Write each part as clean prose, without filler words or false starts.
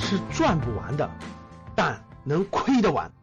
是赚不完的，但能亏得完。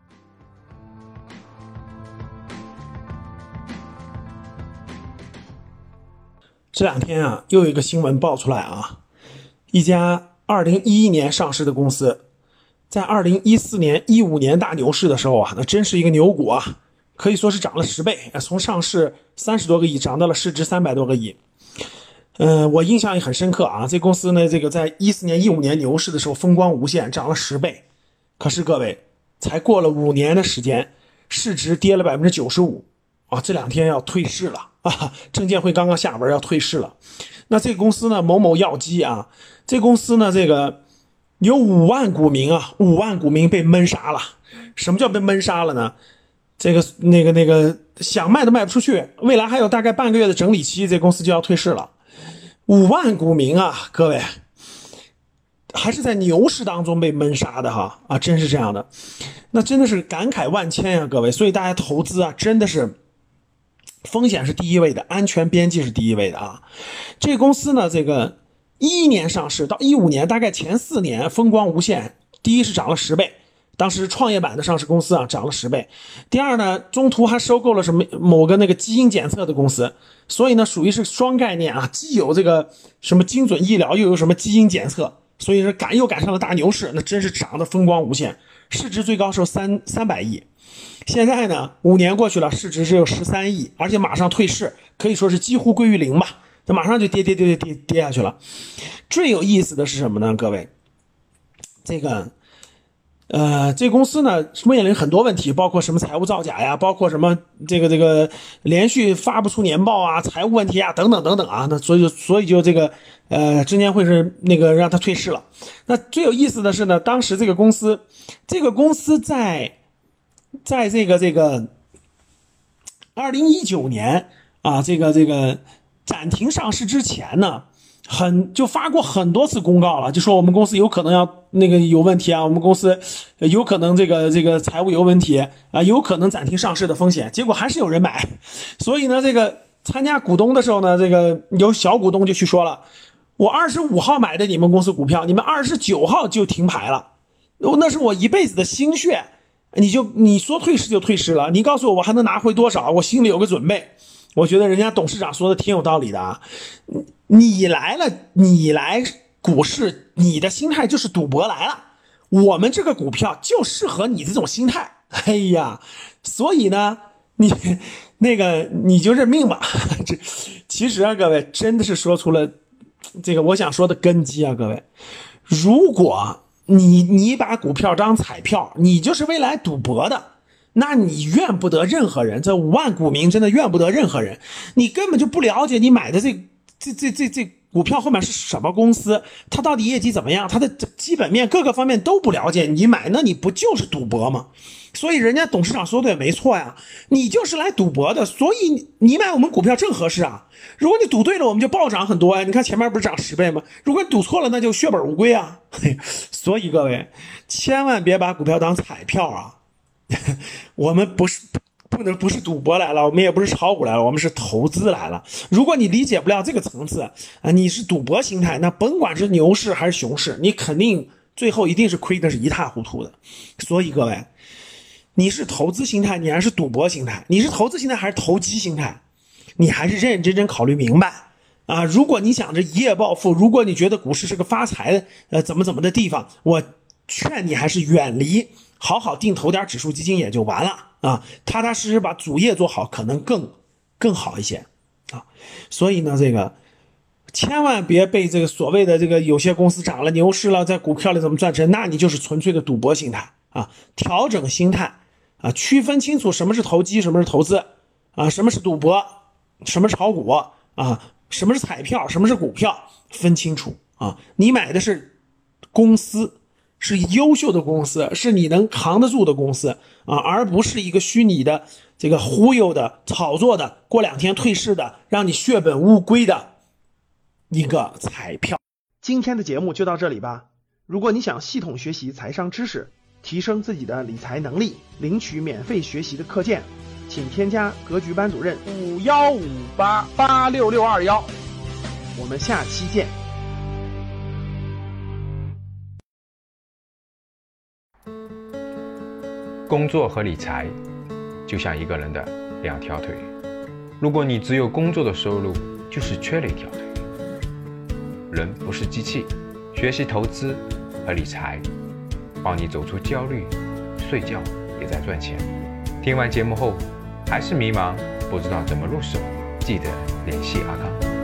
这两天啊，又有一个新闻爆出来啊，一家2011年上市的公司，在2014年、15年大牛市的时候啊，那真是一个牛股啊，可以说是涨了10倍，从上市30多个亿涨到了市值300多个亿。我印象也很深刻啊，这公司呢，这个在14年、15年牛市的时候风光无限，涨了10倍。可是各位，才过了5年的时间，市值跌了95%啊，这两天要退市了啊，证监会刚刚下文要退市了。那这个公司呢，某某药机啊，这公司呢，这个有5万股民啊，5万股民被闷杀了。什么叫被闷杀了呢？这个那个想卖都卖不出去，未来还有大概半个月的整理期，这公司就要退市了。5万股民啊，各位，还是在牛市当中被闷杀的哈啊，真是这样的，那真的是感慨万千呀，各位。所以大家投资啊，真的是风险是第一位的，安全边际是第一位的啊。这个公司呢，这个11年上市到15年，大概前4年风光无限。第一是涨了10倍，当时创业板的上市公司啊涨了10倍。第二呢，中途还收购了什么某个那个基因检测的公司，所以呢属于是双概念啊，既有这个什么精准医疗，又有什么基因检测，所以是又赶上了大牛市，那真是涨得风光无限，市值最高时候300亿。现在呢5年过去了，市值只有13亿，而且马上退市，可以说是几乎归于零吧，那马上就跌下去了。最有意思的是什么呢？各位，这个公司呢面临很多问题，包括什么财务造假呀，包括什么这个连续发不出年报啊，财务问题啊，等等啊，那所以就这个证监会是那个让他退市了。那最有意思的是呢，当时这个公司在这个2019年啊，这个暂停上市之前呢，就发过很多次公告了，就说我们公司有可能要那个有问题啊，我们公司有可能这个财务有问题啊，有可能暂停上市的风险，结果还是有人买。所以呢，这个参加股东的时候呢，这个有小股东就去说了，我25号买的你们公司股票，你们29号就停牌了，那是我一辈子的心血，你说退市就退市了，你告诉我还能拿回多少，我心里有个准备。我觉得人家董事长说的挺有道理的啊，你来股市，你的心态就是赌博来了，我们这个股票就适合你这种心态。哎呀，所以呢，你就认命吧。其实啊，各位真的是说出了这个我想说的根基啊，各位，如果你把股票当彩票，你就是未来赌博的，那你怨不得任何人，这5万股民真的怨不得任何人，你根本就不了解你买的这股票后面是什么公司，它到底业绩怎么样，它的基本面各个方面都不了解，你买那你不就是赌博吗？所以人家董事长说的也没错呀，你就是来赌博的，所以你买我们股票正合适啊。如果你赌对了，我们就暴涨很多呀，你看前面不是涨10倍吗？如果你赌错了，那就血本无归啊。所以各位千万别把股票当彩票啊。我们不是赌博来了，我们也不是炒股来了，我们是投资来了。如果你理解不了这个层次啊，你是赌博心态，那甭管是牛市还是熊市，你肯定最后一定是亏的是一塌糊涂的。所以各位，你是投资心态，你还是赌博心态？你是投资心态还是投机心态？你还是认认真真考虑明白啊！如果你想着一夜暴富，如果你觉得股市是个发财的怎么的地方，我劝你还是远离，好好定投点指数基金也就完了啊，踏踏实实把主业做好，可能更好一些啊。所以呢，这个千万别被这个所谓的这个有些公司涨了牛市了，在股票里怎么赚钱，那你就是纯粹的赌博心态啊！调整心态啊，区分清楚什么是投机，什么是投资啊，什么是赌博，什么是炒股啊，什么是彩票，什么是股票，分清楚啊！你买的是公司，是优秀的公司，是你能扛得住的公司啊，而不是一个虚拟的这个忽悠的炒作的过2天退市的让你血本无归的一个彩票。今天的节目就到这里吧。如果你想系统学习财商知识，提升自己的理财能力，领取免费学习的课件，请添加格局班主任5158866621。我们下期见。 工作和理财就像一个人的两条腿，如果你只有工作的收入，就是缺了一条腿。人不是机器，学习投资和理财，帮你走出焦虑，睡觉也在赚钱。听完节目后还是迷茫，不知道怎么入手，记得联系阿康。